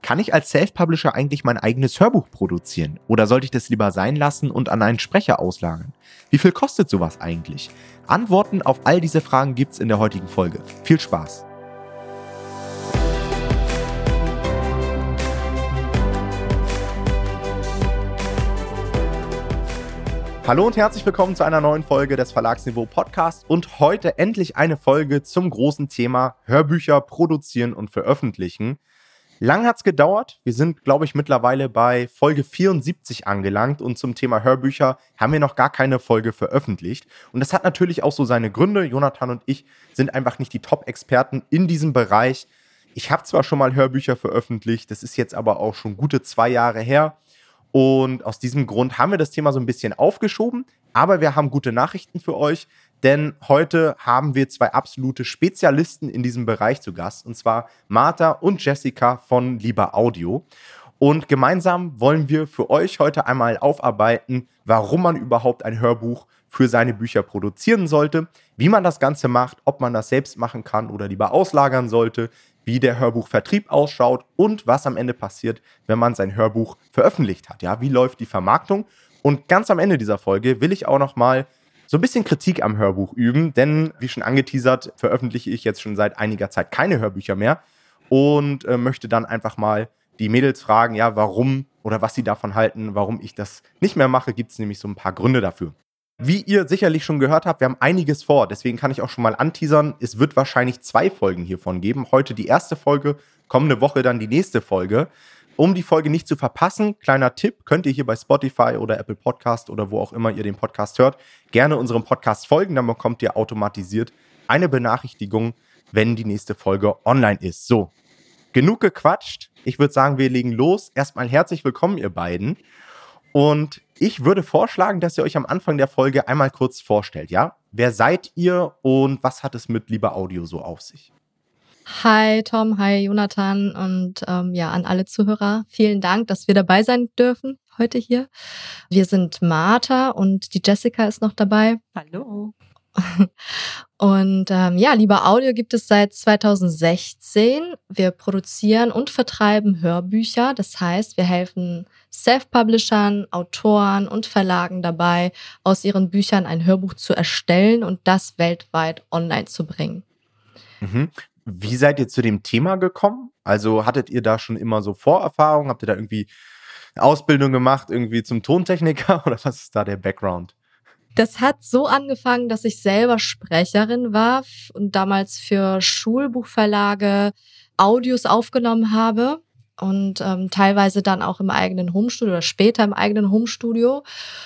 Kann ich als Self-Publisher eigentlich mein eigenes Hörbuch produzieren? Oder sollte ich das lieber sein lassen und an einen Sprecher auslagern? Wie viel kostet sowas eigentlich? Antworten auf all diese Fragen gibt's in der heutigen Folge. Viel Spaß! Hallo und herzlich willkommen zu einer neuen Folge des Verlagsniveau Podcasts und heute endlich eine Folge zum großen Thema Hörbücher produzieren und veröffentlichen. Lang hat's gedauert. Wir sind, glaube ich, mittlerweile bei Folge 74 angelangt und zum Thema Hörbücher haben wir noch gar keine Folge veröffentlicht. Und das hat natürlich auch so seine Gründe. Jonathan und ich sind einfach nicht die Top-Experten in diesem Bereich. Ich habe zwar schon mal Hörbücher veröffentlicht, das ist jetzt aber auch schon gute 2 Jahre her. Und aus diesem Grund haben wir das Thema so ein bisschen aufgeschoben. Aber wir haben gute Nachrichten für euch, denn heute haben wir 2 absolute Spezialisten in diesem Bereich zu Gast. Und zwar Martha und Jessica von Liber Audio. Und gemeinsam wollen wir für euch heute einmal aufarbeiten, warum man überhaupt ein Hörbuch für seine Bücher produzieren sollte, wie man das Ganze macht, ob man das selbst machen kann oder lieber auslagern sollte, wie der Hörbuchvertrieb ausschaut und was am Ende passiert, wenn man sein Hörbuch veröffentlicht hat. Ja, wie läuft die Vermarktung? Und ganz am Ende dieser Folge will ich auch noch mal so ein bisschen Kritik am Hörbuch üben, denn wie schon angeteasert, veröffentliche ich jetzt schon seit einiger Zeit keine Hörbücher mehr und möchte dann einfach mal die Mädels fragen, ja, warum oder was sie davon halten, warum ich das nicht mehr mache, gibt es nämlich so ein paar Gründe dafür. Wie ihr sicherlich schon gehört habt, wir haben einiges vor, deswegen kann ich auch schon mal anteasern, es wird wahrscheinlich 2 Folgen hiervon geben. Heute die erste Folge, kommende Woche dann die nächste Folge. Um die Folge nicht zu verpassen, kleiner Tipp, könnt ihr hier bei Spotify oder Apple Podcast oder wo auch immer ihr den Podcast hört, gerne unserem Podcast folgen, dann bekommt ihr automatisiert eine Benachrichtigung, wenn die nächste Folge online ist. So, genug gequatscht. Ich würde sagen, wir legen los. Erstmal herzlich willkommen, ihr beiden. Und ich würde vorschlagen, dass ihr euch am Anfang der Folge einmal kurz vorstellt, ja? Wer seid ihr und was hat es mit Liber Audio so auf sich? Hi Tom, hi Jonathan und an alle Zuhörer. Vielen Dank, dass wir dabei sein dürfen heute hier. Wir sind Martha und die Jessica ist noch dabei. Hallo. Und Liber Audio gibt es seit 2016. Wir produzieren und vertreiben Hörbücher. Das heißt, wir helfen Self-Publishern, Autoren und Verlagen dabei, aus ihren Büchern ein Hörbuch zu erstellen und das weltweit online zu bringen. Mhm. Wie seid ihr zu dem Thema gekommen? Also hattet ihr da schon immer so Vorerfahrungen? Habt ihr da irgendwie eine Ausbildung gemacht, irgendwie zum Tontechniker oder was ist da der Background? Das hat so angefangen, dass ich selber Sprecherin war und damals für Schulbuchverlage Audios aufgenommen habe und teilweise dann auch im eigenen Homestudio oder später im eigenen Homestudio.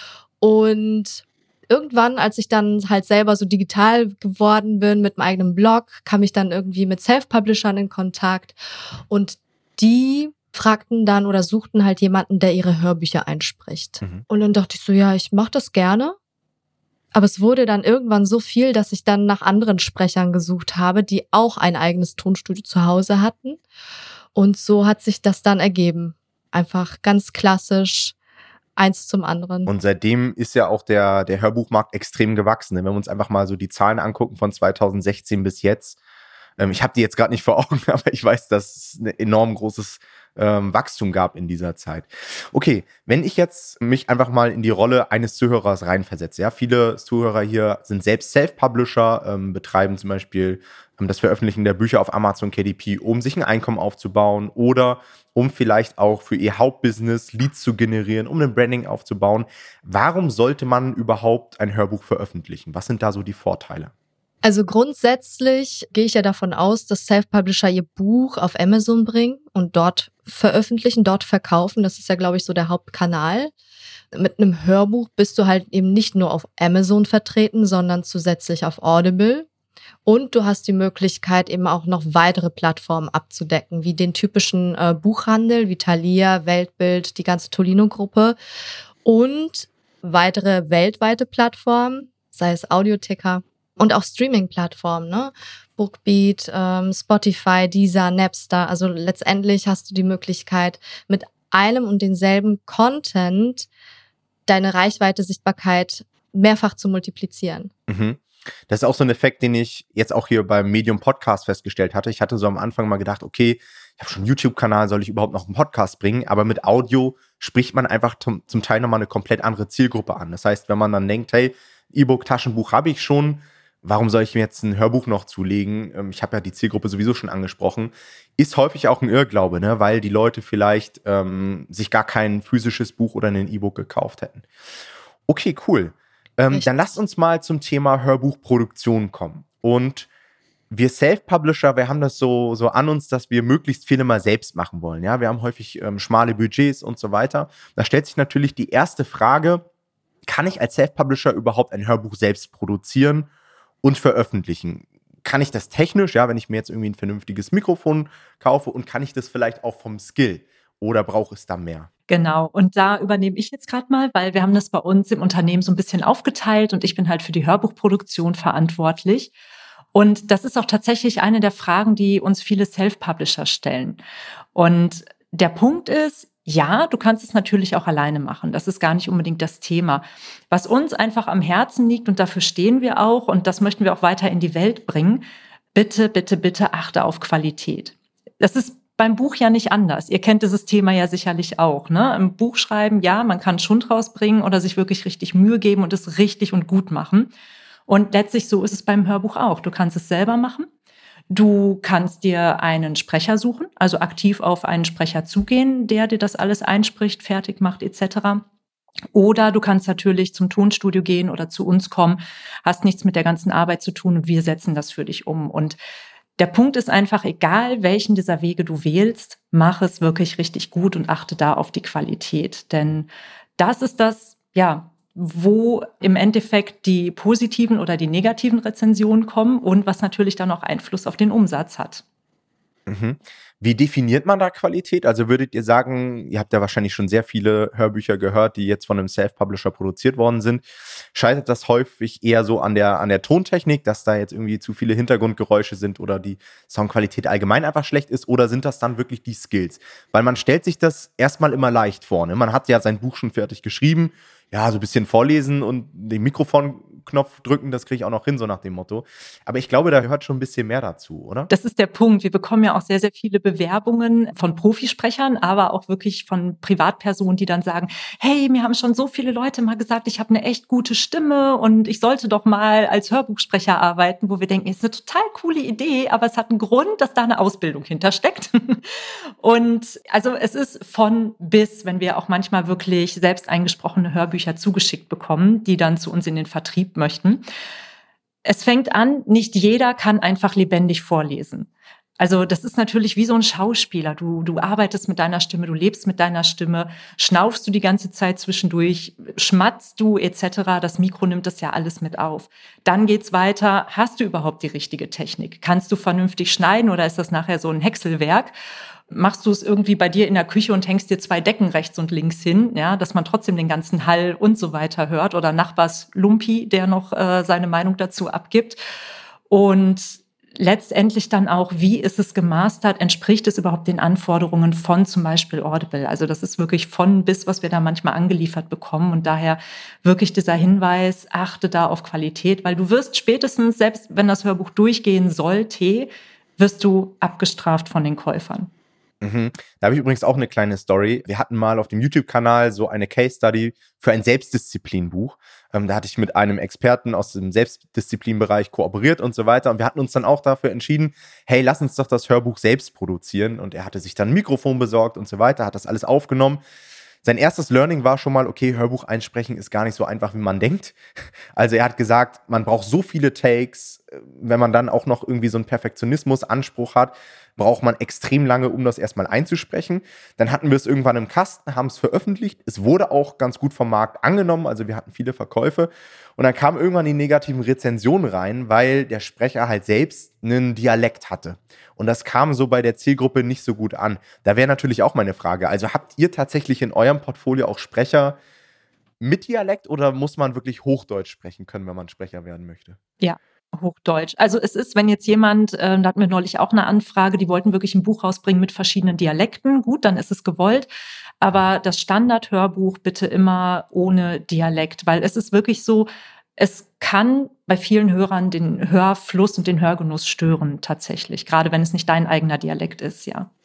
Und irgendwann, als ich dann halt selber so digital geworden bin mit meinem eigenen Blog, kam ich dann irgendwie mit Self-Publishern in Kontakt und die fragten dann oder suchten halt jemanden, der ihre Hörbücher einspricht. Mhm. Und dann dachte ich so, ja, ich mache das gerne. Aber es wurde dann irgendwann so viel, dass ich dann nach anderen Sprechern gesucht habe, die auch ein eigenes Tonstudio zu Hause hatten. Und so hat sich das dann ergeben. Einfach ganz klassisch, eins zum anderen. Und seitdem ist ja auch der Hörbuchmarkt extrem gewachsen. Wenn wir uns einfach mal so die Zahlen angucken von 2016 bis jetzt. Ich habe die jetzt gerade nicht vor Augen, aber ich weiß, dass es ein enorm großes Wachstum gab in dieser Zeit. Okay, wenn ich jetzt mich einfach mal in die Rolle eines Zuhörers reinversetze. Ja, viele Zuhörer hier sind selbst Self-Publisher, betreiben zum Beispiel das Veröffentlichen der Bücher auf Amazon KDP, um sich ein Einkommen aufzubauen oder um vielleicht auch für ihr Hauptbusiness Leads zu generieren, um ein Branding aufzubauen. Warum sollte man überhaupt ein Hörbuch veröffentlichen? Was sind da so die Vorteile? Also grundsätzlich gehe ich ja davon aus, dass Self-Publisher ihr Buch auf Amazon bringen und dort veröffentlichen, dort verkaufen. Das ist ja, glaube ich, so der Hauptkanal. Mit einem Hörbuch bist du halt eben nicht nur auf Amazon vertreten, sondern zusätzlich auf Audible. Und du hast die Möglichkeit, eben auch noch weitere Plattformen abzudecken, wie den typischen Buchhandel, wie Thalia, Weltbild, die ganze Tolino-Gruppe und weitere weltweite Plattformen, sei es Audiotheka und auch Streaming-Plattformen, ne? Bookbeat, Spotify, Deezer, Napster. Also letztendlich hast du die Möglichkeit, mit einem und denselben Content deine Reichweite, Sichtbarkeit mehrfach zu multiplizieren. Mhm. Das ist auch so ein Effekt, den ich jetzt auch hier beim Medium Podcast festgestellt hatte. Ich hatte so am Anfang mal gedacht, okay, ich habe schon einen YouTube-Kanal, soll ich überhaupt noch einen Podcast bringen? Aber mit Audio spricht man einfach zum Teil nochmal eine komplett andere Zielgruppe an. Das heißt, wenn man dann denkt, hey, E-Book, Taschenbuch habe ich schon, warum soll ich mir jetzt ein Hörbuch noch zulegen? Ich habe ja die Zielgruppe sowieso schon angesprochen. Ist häufig auch ein Irrglaube, ne? Weil die Leute vielleicht sich gar kein physisches Buch oder ein E-Book gekauft hätten. Okay, cool. Dann lasst uns mal zum Thema Hörbuchproduktion kommen. Und wir Self-Publisher, wir haben das so an uns, dass wir möglichst viele mal selbst machen wollen. Ja? Wir haben häufig schmale Budgets und so weiter. Da stellt sich natürlich die erste Frage, kann ich als Self-Publisher überhaupt ein Hörbuch selbst produzieren und veröffentlichen? Kann ich das technisch, ja, wenn ich mir jetzt irgendwie ein vernünftiges Mikrofon kaufe, und kann ich das vielleicht auch vom Skill, oder braucht es da mehr? Genau, und da übernehme ich jetzt gerade mal, weil wir haben das bei uns im Unternehmen so ein bisschen aufgeteilt und ich bin halt für die Hörbuchproduktion verantwortlich. Und das ist auch tatsächlich eine der Fragen, die uns viele Self-Publisher stellen. Und der Punkt ist, ja, du kannst es natürlich auch alleine machen. Das ist gar nicht unbedingt das Thema. Was uns einfach am Herzen liegt, und dafür stehen wir auch, und das möchten wir auch weiter in die Welt bringen, bitte, bitte, bitte achte auf Qualität. Das ist beim Buch ja nicht anders. Ihr kennt dieses Thema ja sicherlich auch, ne? Im Buch schreiben, ja, man kann Schund rausbringen oder sich wirklich richtig Mühe geben und es richtig und gut machen. Und letztlich so ist es beim Hörbuch auch. Du kannst es selber machen. Du kannst dir einen Sprecher suchen, also aktiv auf einen Sprecher zugehen, der dir das alles einspricht, fertig macht etc. Oder du kannst natürlich zum Tonstudio gehen oder zu uns kommen, hast nichts mit der ganzen Arbeit zu tun und wir setzen das für dich um. Und der Punkt ist einfach, egal welchen dieser Wege du wählst, mach es wirklich richtig gut und achte da auf die Qualität. Denn das ist das, ja, wo im Endeffekt die positiven oder die negativen Rezensionen kommen und was natürlich dann auch Einfluss auf den Umsatz hat. Mhm. Wie definiert man da Qualität? Also würdet ihr sagen, ihr habt ja wahrscheinlich schon sehr viele Hörbücher gehört, die jetzt von einem Self-Publisher produziert worden sind. Scheitert das häufig eher so an der Tontechnik, dass da jetzt irgendwie zu viele Hintergrundgeräusche sind oder die Soundqualität allgemein einfach schlecht ist? Oder sind das dann wirklich die Skills? Weil man stellt sich das erstmal immer leicht vor, ne? Man hat ja sein Buch schon fertig geschrieben. Ja, so ein bisschen vorlesen und den Mikrofonknopf drücken, das kriege ich auch noch hin, so nach dem Motto. Aber ich glaube, da gehört schon ein bisschen mehr dazu, oder? Das ist der Punkt. Wir bekommen ja auch sehr, sehr viele Bewerbungen von Profisprechern, aber auch wirklich von Privatpersonen, die dann sagen, hey, mir haben schon so viele Leute mal gesagt, ich habe eine echt gute Stimme und ich sollte doch mal als Hörbuchsprecher arbeiten, wo wir denken, ist eine total coole Idee, aber es hat einen Grund, dass da eine Ausbildung hintersteckt. Und also es ist von bis, wenn wir auch manchmal wirklich selbst eingesprochene Hörbücher zugeschickt bekommen, die dann zu uns in den Vertrieb möchten. Es fängt an, nicht jeder kann einfach lebendig vorlesen. Also das ist natürlich wie so ein Schauspieler. Du arbeitest mit deiner Stimme, du lebst mit deiner Stimme, schnaufst du die ganze Zeit zwischendurch, schmatzt du etc. Das Mikro nimmt das ja alles mit auf. Dann geht's weiter. Hast du überhaupt die richtige Technik? Kannst du vernünftig schneiden oder ist das nachher so ein Häckselwerk? Machst du es irgendwie bei dir in der Küche und hängst dir 2 Decken rechts und links hin, ja, dass man trotzdem den ganzen Hall und so weiter hört, oder Nachbars Lumpi, der noch seine Meinung dazu abgibt. Und letztendlich dann auch, wie ist es gemastert? Entspricht es überhaupt den Anforderungen von zum Beispiel Audible? Also das ist wirklich von bis, was wir da manchmal angeliefert bekommen. Und daher wirklich dieser Hinweis, achte da auf Qualität, weil du wirst spätestens, selbst wenn das Hörbuch durchgehen sollte, wirst du abgestraft von den Käufern. Mhm. Da habe ich übrigens auch eine kleine Story. Wir hatten mal auf dem YouTube-Kanal so eine Case-Study für ein Selbstdisziplinbuch. Da hatte ich mit einem Experten aus dem Selbstdisziplinbereich kooperiert und so weiter. Und wir hatten uns dann auch dafür entschieden, hey, lass uns doch das Hörbuch selbst produzieren. Und er hatte sich dann ein Mikrofon besorgt und so weiter, hat das alles aufgenommen. Sein erstes Learning war schon mal, okay, Hörbuch einsprechen ist gar nicht so einfach, wie man denkt. Also er hat gesagt, man braucht so viele Takes, wenn man dann auch noch irgendwie so einen Perfektionismus-Anspruch hat, braucht man extrem lange, um das erstmal einzusprechen. Dann hatten wir es irgendwann im Kasten, haben es veröffentlicht. Es wurde auch ganz gut vom Markt angenommen, also wir hatten viele Verkäufe. Und dann kamen irgendwann die negativen Rezensionen rein, weil der Sprecher halt selbst einen Dialekt hatte. Und das kam so bei der Zielgruppe nicht so gut an. Da wäre natürlich auch meine Frage, also habt ihr tatsächlich in eurem Portfolio auch Sprecher mit Dialekt oder muss man wirklich Hochdeutsch sprechen können, wenn man Sprecher werden möchte? Ja, Hochdeutsch. Also es ist, wenn jetzt jemand, da hatten wir neulich auch eine Anfrage, die wollten wirklich ein Buch rausbringen mit verschiedenen Dialekten. Gut, dann ist es gewollt. Aber das Standardhörbuch bitte immer ohne Dialekt, weil es ist wirklich so, es kann bei vielen Hörern den Hörfluss und den Hörgenuss stören tatsächlich, gerade wenn es nicht dein eigener Dialekt ist, ja.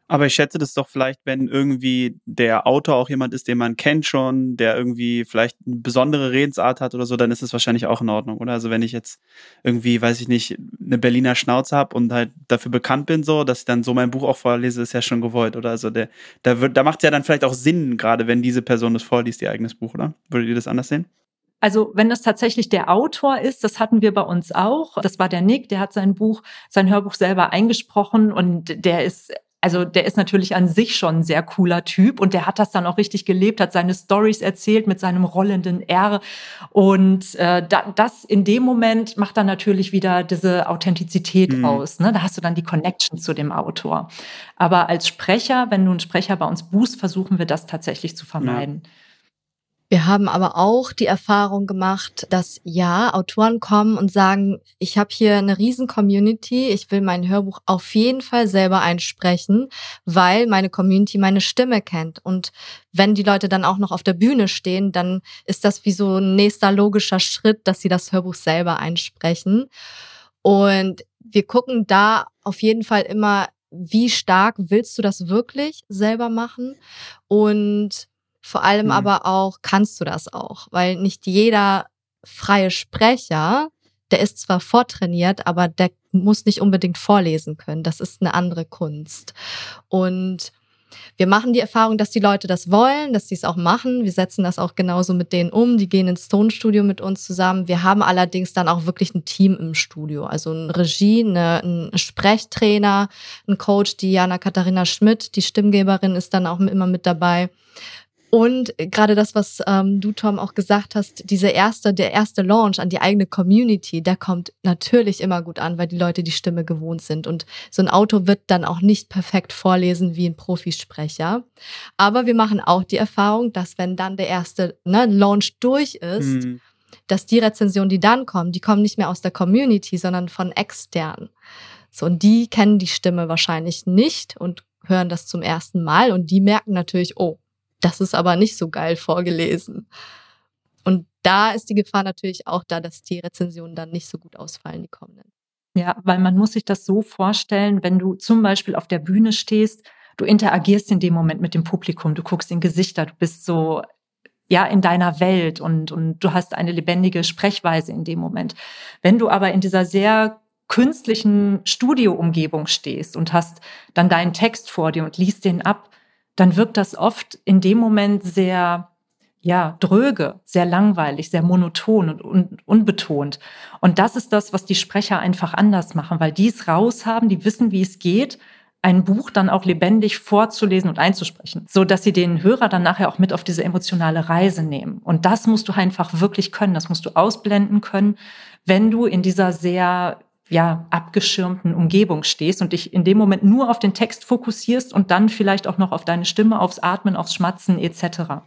Aber ich schätze das doch vielleicht, wenn irgendwie der Autor auch jemand ist, den man kennt schon, der irgendwie vielleicht eine besondere Redensart hat oder so, dann ist es wahrscheinlich auch in Ordnung, oder? Also wenn ich jetzt irgendwie, weiß ich nicht, eine Berliner Schnauze habe und halt dafür bekannt bin, so, dass ich dann so mein Buch auch vorlese, ist ja schon gewollt, oder? Also da macht es ja dann vielleicht auch Sinn, gerade wenn diese Person das vorliest, ihr eigenes Buch, oder? Würdet ihr das anders sehen? Also wenn das tatsächlich der Autor ist, das hatten wir bei uns auch. Das war der Nick, der hat sein Hörbuch selber eingesprochen und der ist natürlich an sich schon ein sehr cooler Typ und der hat das dann auch richtig gelebt, hat seine Storys erzählt mit seinem rollenden R. Und das in dem Moment macht dann natürlich wieder diese Authentizität aus. Ne? Da hast du dann die Connection zu dem Autor. Aber als Sprecher, wenn du einen Sprecher bei uns buchst, versuchen wir das tatsächlich zu vermeiden. Ja. Wir haben aber auch die Erfahrung gemacht, dass Autoren kommen und sagen, ich habe hier eine riesen Community, ich will mein Hörbuch auf jeden Fall selber einsprechen, weil meine Community meine Stimme kennt. Und wenn die Leute dann auch noch auf der Bühne stehen, dann ist das wie so ein nächster logischer Schritt, dass sie das Hörbuch selber einsprechen. Und wir gucken da auf jeden Fall immer, wie stark willst du das wirklich selber machen? Und vor allem aber auch, kannst du das auch? Weil nicht jeder freie Sprecher, der ist zwar vortrainiert, aber der muss nicht unbedingt vorlesen können. Das ist eine andere Kunst. Und wir machen die Erfahrung, dass die Leute das wollen, dass sie es auch machen. Wir setzen das auch genauso mit denen um. Die gehen ins Tonstudio mit uns zusammen. Wir haben allerdings dann auch wirklich ein Team im Studio. Also eine Regie, ein Sprechtrainer, ein Coach, die Jana Katharina Schmidt, die Stimmgeberin, ist dann auch immer mit dabei. Und gerade das, was du, Tom, auch gesagt hast, der erste Launch an die eigene Community, der kommt natürlich immer gut an, weil die Leute die Stimme gewohnt sind. Und so ein Autor wird dann auch nicht perfekt vorlesen wie ein Profisprecher. Aber wir machen auch die Erfahrung, dass wenn dann der erste Launch durch ist, dass die Rezensionen, die dann kommen, die kommen nicht mehr aus der Community, sondern von extern. So, und die kennen die Stimme wahrscheinlich nicht und hören das zum ersten Mal. Und die merken natürlich, oh, das ist aber nicht so geil vorgelesen. Und da ist die Gefahr natürlich auch da, dass die Rezensionen dann nicht so gut ausfallen, die kommenden. Ja, weil man muss sich das so vorstellen, wenn du zum Beispiel auf der Bühne stehst, du interagierst in dem Moment mit dem Publikum, du guckst in Gesichter, du bist so in deiner Welt und du hast eine lebendige Sprechweise in dem Moment. Wenn du aber in dieser sehr künstlichen Studioumgebung stehst und hast dann deinen Text vor dir und liest den ab, dann wirkt das oft in dem Moment sehr, dröge, sehr langweilig, sehr monoton und unbetont. Und das ist das, was die Sprecher einfach anders machen, weil die es raus haben, die wissen, wie es geht, ein Buch dann auch lebendig vorzulesen und einzusprechen, so dass sie den Hörer dann nachher auch mit auf diese emotionale Reise nehmen. Und das musst du einfach wirklich können, das musst du ausblenden können, wenn du in dieser sehr abgeschirmten Umgebung stehst und dich in dem Moment nur auf den Text fokussierst und dann vielleicht auch noch auf deine Stimme, aufs Atmen, aufs Schmatzen etc.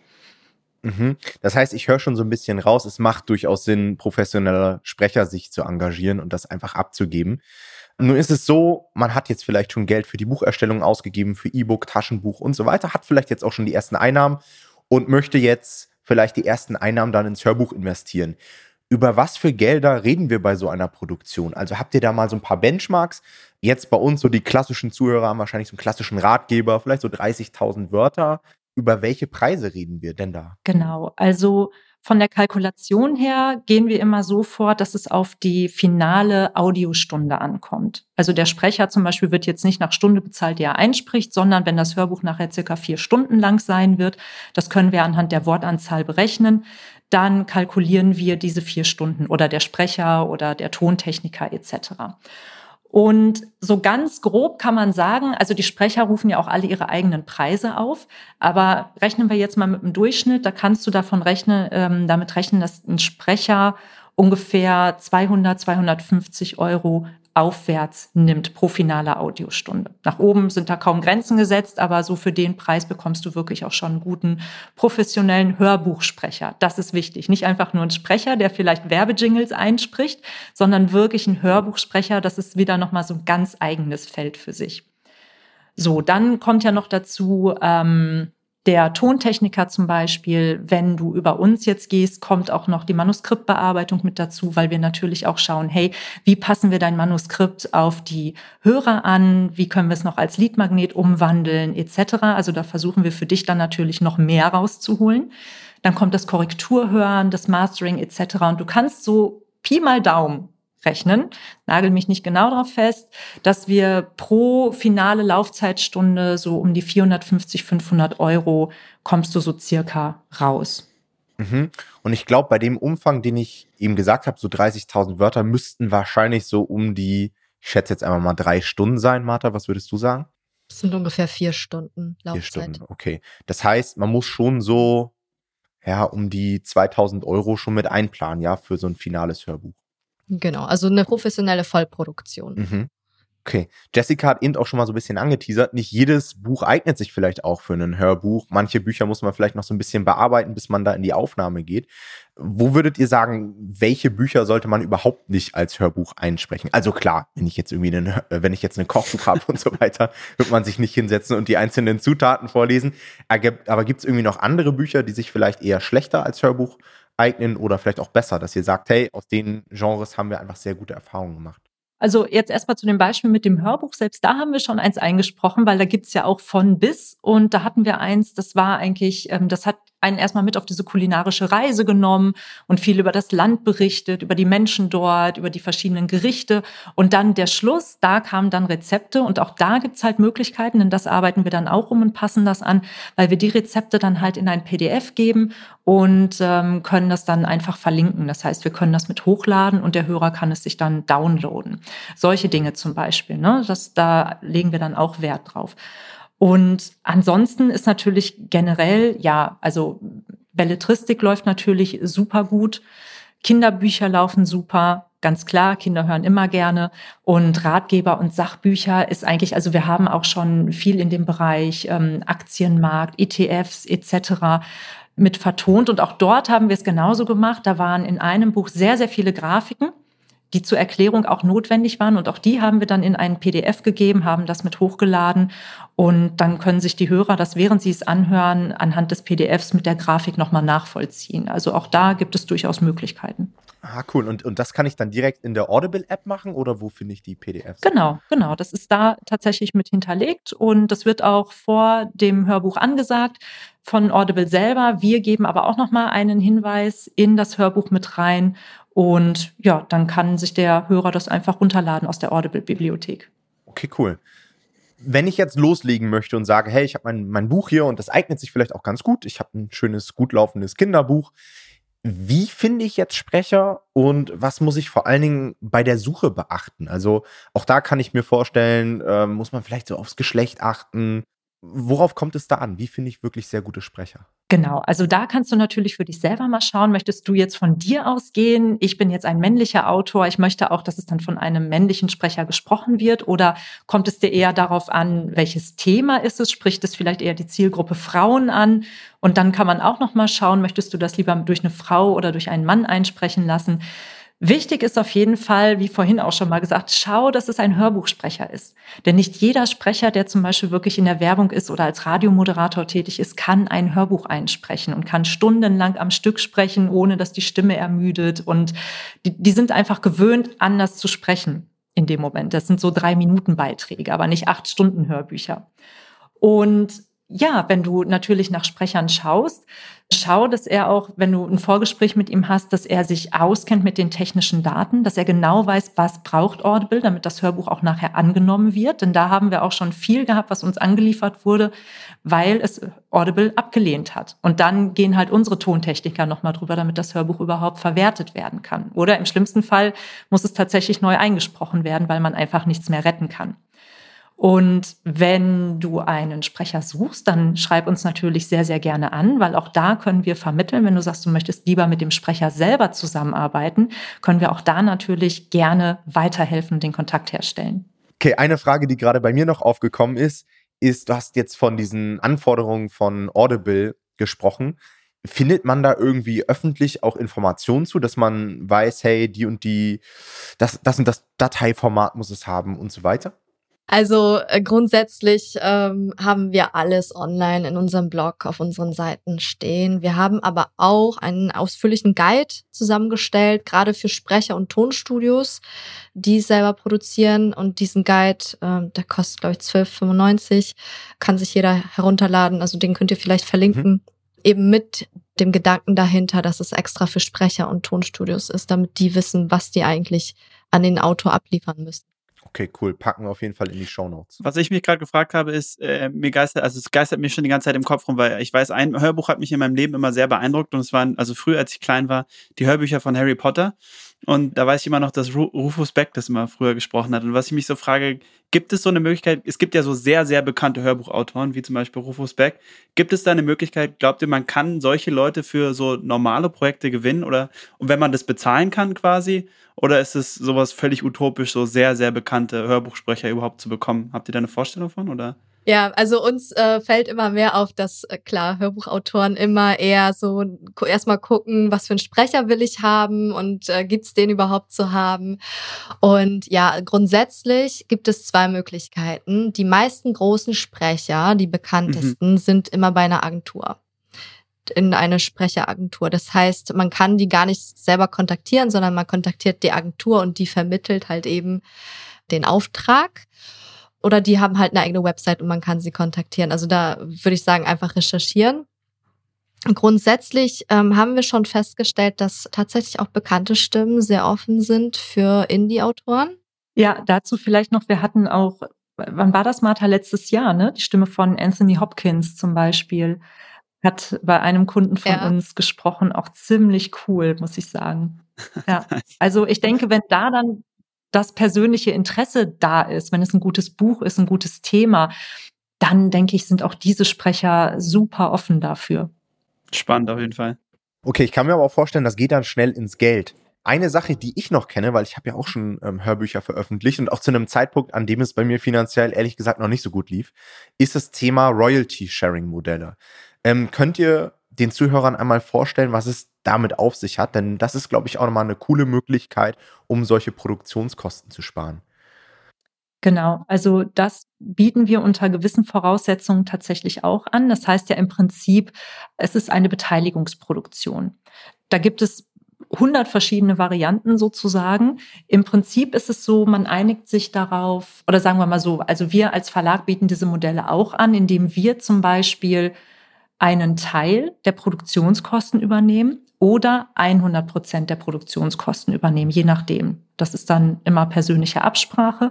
Das heißt, ich höre schon so ein bisschen raus, es macht durchaus Sinn, professioneller Sprecher sich zu engagieren und das einfach abzugeben. Nun ist es so, man hat jetzt vielleicht schon Geld für die Bucherstellung ausgegeben, für E-Book, Taschenbuch und so weiter, hat vielleicht jetzt auch schon die ersten Einnahmen und möchte jetzt vielleicht die ersten Einnahmen dann ins Hörbuch investieren. Über was für Gelder reden wir bei so einer Produktion? Also habt ihr da mal so ein paar Benchmarks? Jetzt bei uns so die klassischen Zuhörer haben wahrscheinlich so einen klassischen Ratgeber, vielleicht so 30.000 Wörter. Über welche Preise reden wir denn da? Genau, also von der Kalkulation her gehen wir immer so vor, dass es auf die finale Audiostunde ankommt. Also der Sprecher zum Beispiel wird jetzt nicht nach Stunde bezahlt, die er einspricht, sondern wenn das Hörbuch nachher circa 4 Stunden lang sein wird, das können wir anhand der Wortanzahl berechnen, dann kalkulieren wir diese 4 Stunden oder der Sprecher oder der Tontechniker etc. Und so ganz grob kann man sagen, also die Sprecher rufen ja auch alle ihre eigenen Preise auf, aber rechnen wir jetzt mal mit dem Durchschnitt, da kannst du damit rechnen, dass ein Sprecher ungefähr 200, 250 € aufwärts nimmt pro finale Audiostunde. Nach oben sind da kaum Grenzen gesetzt, aber so für den Preis bekommst du wirklich auch schon einen guten professionellen Hörbuchsprecher. Das ist wichtig. Nicht einfach nur ein Sprecher, der vielleicht Werbejingles einspricht, sondern wirklich ein Hörbuchsprecher. Das ist wieder nochmal so ein ganz eigenes Feld für sich. So, dann kommt ja noch dazu, Der Tontechniker zum Beispiel, wenn du über uns jetzt gehst, kommt auch noch die Manuskriptbearbeitung mit dazu, weil wir natürlich auch schauen, hey, wie passen wir dein Manuskript auf die Hörer an, wie können wir es noch als Leadmagnet umwandeln etc. Also da versuchen wir für dich dann natürlich noch mehr rauszuholen. Dann kommt das Korrekturhören, das Mastering etc. Und du kannst so Pi mal Daumen rechnen, nagel mich nicht genau darauf fest, dass wir pro finale Laufzeitstunde so um die 450, 500 Euro kommst du so circa raus. Mhm. Und ich glaube, bei dem Umfang, den ich eben gesagt habe, so 30.000 Wörter, müssten wahrscheinlich so um die, ich schätze jetzt einfach mal 3 Stunden sein. Martha, was würdest du sagen? Das sind ungefähr 4 Stunden 4 Laufzeit. Stunden, okay. Das heißt, man muss schon so, ja, um die 2.000 Euro schon mit einplanen, ja, für so ein finales Hörbuch. Genau, also eine professionelle Vollproduktion. Mhm. Okay. Jessica hat eben auch schon mal so ein bisschen angeteasert. Nicht jedes Buch eignet sich vielleicht auch für ein Hörbuch. Manche Bücher muss man vielleicht noch so ein bisschen bearbeiten, bis man da in die Aufnahme geht. Wo würdet ihr sagen, welche Bücher sollte man überhaupt nicht als Hörbuch einsprechen? Also klar, wenn ich jetzt ein Kochbuch habe und so weiter, wird man sich nicht hinsetzen und die einzelnen Zutaten vorlesen. Aber gibt es irgendwie noch andere Bücher, die sich vielleicht eher schlechter als Hörbuch eignen oder vielleicht auch besser, dass ihr sagt, hey, aus den Genres haben wir einfach sehr gute Erfahrungen gemacht? Also jetzt erstmal zu dem Beispiel mit dem Hörbuch. Selbst da haben wir schon eins eingesprochen, weil da gibt's ja auch von bis. Und da hatten wir eins, das war eigentlich, das hat einen erstmal mit auf diese kulinarische Reise genommen und viel über das Land berichtet, über die Menschen dort, über die verschiedenen Gerichte. Und dann der Schluss, da kamen dann Rezepte und auch da gibt's halt Möglichkeiten, denn das arbeiten wir dann auch um und passen das an, weil wir die Rezepte dann halt in ein PDF geben und können das dann einfach verlinken. Das heißt, wir können das mit hochladen und der Hörer kann es sich dann downloaden. Solche Dinge zum Beispiel, ne? Da legen wir dann auch Wert drauf. Und ansonsten ist natürlich generell, ja, also Belletristik läuft natürlich super gut. Kinderbücher laufen super, ganz klar, Kinder hören immer gerne. Und Ratgeber und Sachbücher ist eigentlich, also wir haben auch schon viel in dem Bereich Aktienmarkt, ETFs etc. mit vertont. Und auch dort haben wir es genauso gemacht. Da waren in einem Buch sehr, sehr viele Grafiken, die zur Erklärung auch notwendig waren. Und auch die haben wir dann in einen PDF gegeben, haben das mit hochgeladen. Und dann können sich die Hörer das, während sie es anhören, anhand des PDFs mit der Grafik nochmal nachvollziehen. Also auch da gibt es durchaus Möglichkeiten. Ah, cool. Und das kann ich dann direkt in der Audible-App machen oder wo finde ich die PDFs? Genau. Das ist da tatsächlich mit hinterlegt und das wird auch vor dem Hörbuch angesagt von Audible selber. Wir geben aber auch nochmal einen Hinweis in das Hörbuch mit rein und ja, dann kann sich der Hörer das einfach runterladen aus der Audible-Bibliothek. Okay, cool. Wenn ich jetzt loslegen möchte und sage, hey, ich habe mein Buch hier und das eignet sich vielleicht auch ganz gut, ich habe ein schönes, gut laufendes Kinderbuch, wie finde ich jetzt Sprecher und was muss ich vor allen Dingen bei der Suche beachten? Also auch da kann ich mir vorstellen, muss man vielleicht so aufs Geschlecht achten. Worauf kommt es da an? Wie finde ich wirklich sehr gute Sprecher? Genau, also da kannst du natürlich für dich selber mal schauen, möchtest du jetzt von dir ausgehen? Ich bin jetzt ein männlicher Autor, ich möchte auch, dass es dann von einem männlichen Sprecher gesprochen wird oder kommt es dir eher darauf an, welches Thema ist es? Spricht es vielleicht eher die Zielgruppe Frauen an? Und dann kann man auch noch mal schauen, möchtest du das lieber durch eine Frau oder durch einen Mann einsprechen lassen? Wichtig ist auf jeden Fall, wie vorhin auch schon mal gesagt, schau, dass es ein Hörbuchsprecher ist. Denn nicht jeder Sprecher, der zum Beispiel wirklich in der Werbung ist oder als Radiomoderator tätig ist, kann ein Hörbuch einsprechen und kann stundenlang am Stück sprechen, ohne dass die Stimme ermüdet. Und die sind einfach gewöhnt, anders zu sprechen in dem Moment. Das sind so 3-Minuten-Beiträge, aber nicht 8-Stunden-Hörbücher. Und ja, wenn du natürlich nach Sprechern schaust, schau, dass er auch, wenn du ein Vorgespräch mit ihm hast, dass er sich auskennt mit den technischen Daten, dass er genau weiß, was braucht Audible, damit das Hörbuch auch nachher angenommen wird. Denn da haben wir auch schon viel gehabt, was uns angeliefert wurde, weil es Audible abgelehnt hat. Und dann gehen halt unsere Tontechniker nochmal drüber, damit das Hörbuch überhaupt verwertet werden kann. Oder im schlimmsten Fall muss es tatsächlich neu eingesprochen werden, weil man einfach nichts mehr retten kann. Und wenn du einen Sprecher suchst, dann schreib uns natürlich sehr, sehr gerne an, weil auch da können wir vermitteln. Wenn du sagst, du möchtest lieber mit dem Sprecher selber zusammenarbeiten, können wir auch da natürlich gerne weiterhelfen und den Kontakt herstellen. Okay, eine Frage, die gerade bei mir noch aufgekommen ist, du hast jetzt von diesen Anforderungen von Audible gesprochen. Findet man da irgendwie öffentlich auch Informationen zu, dass man weiß, hey, die und die, das und das Dateiformat muss es haben und so weiter? Also grundsätzlich haben wir alles online in unserem Blog, auf unseren Seiten stehen. Wir haben aber auch einen ausführlichen Guide zusammengestellt, gerade für Sprecher- und Tonstudios, die selber produzieren. Und diesen Guide, der kostet, glaube ich, 12,95, kann sich jeder herunterladen. Also den könnt ihr vielleicht verlinken. Eben mit dem Gedanken dahinter, dass es extra für Sprecher- und Tonstudios ist, damit die wissen, was die eigentlich an den Autor abliefern müssen. Okay, cool. Packen wir auf jeden Fall in die Shownotes. Was ich mich gerade gefragt habe, ist, es geistert mir schon die ganze Zeit im Kopf rum, weil ich weiß, ein Hörbuch hat mich in meinem Leben immer sehr beeindruckt und es waren, also früher, als ich klein war, die Hörbücher von Harry Potter. Und da weiß ich immer noch, dass Rufus Beck das immer früher gesprochen hat. Und was ich mich so frage, gibt es so eine Möglichkeit, es gibt ja so sehr, sehr bekannte Hörbuchautoren, wie zum Beispiel Rufus Beck. Gibt es da eine Möglichkeit, glaubt ihr, man kann solche Leute für so normale Projekte gewinnen? Oder, und wenn man das bezahlen kann quasi? Oder ist es sowas völlig utopisch, so sehr, sehr bekannte Hörbuchsprecher überhaupt zu bekommen? Habt ihr da eine Vorstellung von, oder? Ja, also uns fällt immer mehr auf, dass klar Hörbuchautoren immer eher so erstmal gucken, was für einen Sprecher will ich haben und gibt's den überhaupt zu haben. Und ja, grundsätzlich gibt es zwei Möglichkeiten. Die meisten großen Sprecher, die bekanntesten, sind immer bei einer Agentur. In eine Sprecheragentur. Das heißt, man kann die gar nicht selber kontaktieren, sondern man kontaktiert die Agentur und die vermittelt halt eben den Auftrag. Oder die haben halt eine eigene Website und man kann sie kontaktieren. Also da würde ich sagen, einfach recherchieren. Grundsätzlich haben wir schon festgestellt, dass tatsächlich auch bekannte Stimmen sehr offen sind für Indie-Autoren. Ja, dazu vielleicht noch, wir hatten auch, wann war das, Martha, letztes Jahr, ne? Die Stimme von Anthony Hopkins zum Beispiel hat bei einem Kunden von uns gesprochen, auch ziemlich cool, muss ich sagen. Ja, also ich denke, wenn da dann das persönliche Interesse da ist, wenn es ein gutes Buch ist, ein gutes Thema, dann denke ich, sind auch diese Sprecher super offen dafür. Spannend auf jeden Fall. Okay, ich kann mir aber auch vorstellen, das geht dann schnell ins Geld. Eine Sache, die ich noch kenne, weil ich habe ja auch schon Hörbücher veröffentlicht und auch zu einem Zeitpunkt, an dem es bei mir finanziell ehrlich gesagt noch nicht so gut lief, ist das Thema Royalty-Sharing-Modelle. Könnt ihr den Zuhörern einmal vorstellen, was es damit auf sich hat? Denn das ist, glaube ich, auch nochmal eine coole Möglichkeit, um solche Produktionskosten zu sparen. Genau, also das bieten wir unter gewissen Voraussetzungen tatsächlich auch an. Das heißt ja im Prinzip, es ist eine Beteiligungsproduktion. Da gibt es 100 verschiedene Varianten sozusagen. Im Prinzip ist es so, man einigt sich darauf, oder sagen wir mal so, also wir als Verlag bieten diese Modelle auch an, indem wir zum Beispiel einen Teil der Produktionskosten übernehmen oder 100% der Produktionskosten übernehmen, je nachdem. Das ist dann immer persönliche Absprache.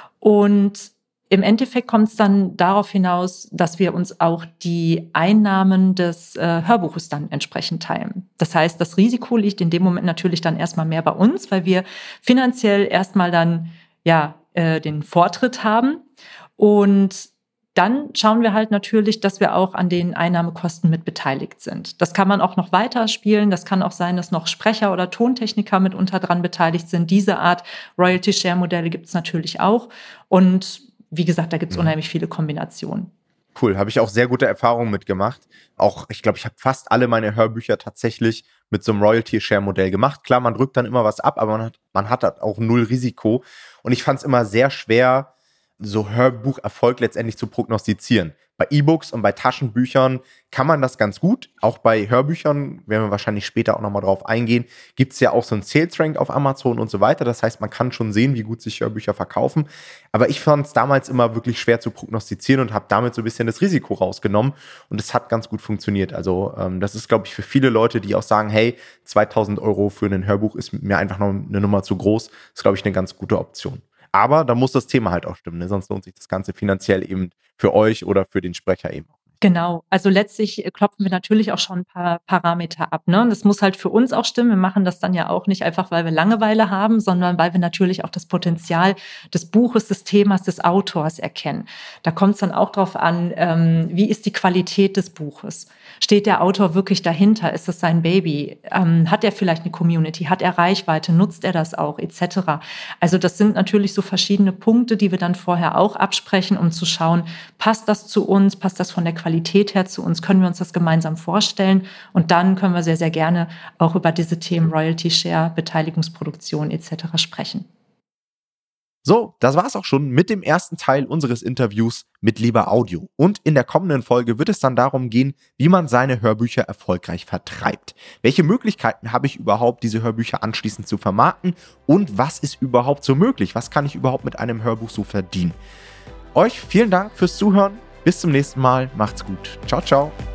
Und im Endeffekt kommt es dann darauf hinaus, dass wir uns auch die Einnahmen des Hörbuches dann entsprechend teilen. Das heißt, das Risiko liegt in dem Moment natürlich dann erstmal mehr bei uns, weil wir finanziell erstmal dann den Vortritt haben. Und dann schauen wir halt natürlich, dass wir auch an den Einnahmekosten mit beteiligt sind. Das kann man auch noch weiterspielen. Das kann auch sein, dass noch Sprecher oder Tontechniker mitunter dran beteiligt sind. Diese Art Royalty-Share-Modelle gibt es natürlich auch. Und wie gesagt, da gibt es unheimlich viele Kombinationen. Cool, habe ich auch sehr gute Erfahrungen mitgemacht. Auch, ich glaube, ich habe fast alle meine Hörbücher tatsächlich mit so einem Royalty-Share-Modell gemacht. Klar, man drückt dann immer was ab, aber man hat halt auch null Risiko. Und ich fand es immer sehr schwer, so Hörbucherfolg letztendlich zu prognostizieren. Bei E-Books und bei Taschenbüchern kann man das ganz gut. Auch bei Hörbüchern, werden wir wahrscheinlich später auch nochmal drauf eingehen, gibt es ja auch so einen Sales-Rank auf Amazon und so weiter. Das heißt, man kann schon sehen, wie gut sich Hörbücher verkaufen. Aber ich fand es damals immer wirklich schwer zu prognostizieren und habe damit so ein bisschen das Risiko rausgenommen. Und es hat ganz gut funktioniert. Also das ist, glaube ich, für viele Leute, die auch sagen, hey, 2.000 € für ein Hörbuch ist mir einfach noch eine Nummer zu groß. Ist, glaube ich, eine ganz gute Option. Aber da muss das Thema halt auch stimmen, ne? Sonst lohnt sich das Ganze finanziell eben für euch oder für den Sprecher eben auch. Genau, also letztlich klopfen wir natürlich auch schon ein paar Parameter ab, ne? Und das muss halt für uns auch stimmen. Wir machen das dann ja auch nicht einfach, weil wir Langeweile haben, sondern weil wir natürlich auch das Potenzial des Buches, des Themas, des Autors erkennen. Da kommt es dann auch drauf an, wie ist die Qualität des Buches? Steht der Autor wirklich dahinter? Ist das sein Baby? Hat er vielleicht eine Community? Hat er Reichweite? Nutzt er das auch? Etc. Also das sind natürlich so verschiedene Punkte, die wir dann vorher auch absprechen, um zu schauen, passt das zu uns? Passt das von der Qualität her zu uns? Können wir uns das gemeinsam vorstellen? Und dann können wir sehr, sehr gerne auch über diese Themen Royalty Share, Beteiligungsproduktion etc. sprechen. So, das war's auch schon mit dem ersten Teil unseres Interviews mit Lieber Audio. Und in der kommenden Folge wird es dann darum gehen, wie man seine Hörbücher erfolgreich vertreibt. Welche Möglichkeiten habe ich überhaupt, diese Hörbücher anschließend zu vermarkten? Und was ist überhaupt so möglich? Was kann ich überhaupt mit einem Hörbuch so verdienen? Euch vielen Dank fürs Zuhören. Bis zum nächsten Mal. Macht's gut. Ciao, ciao.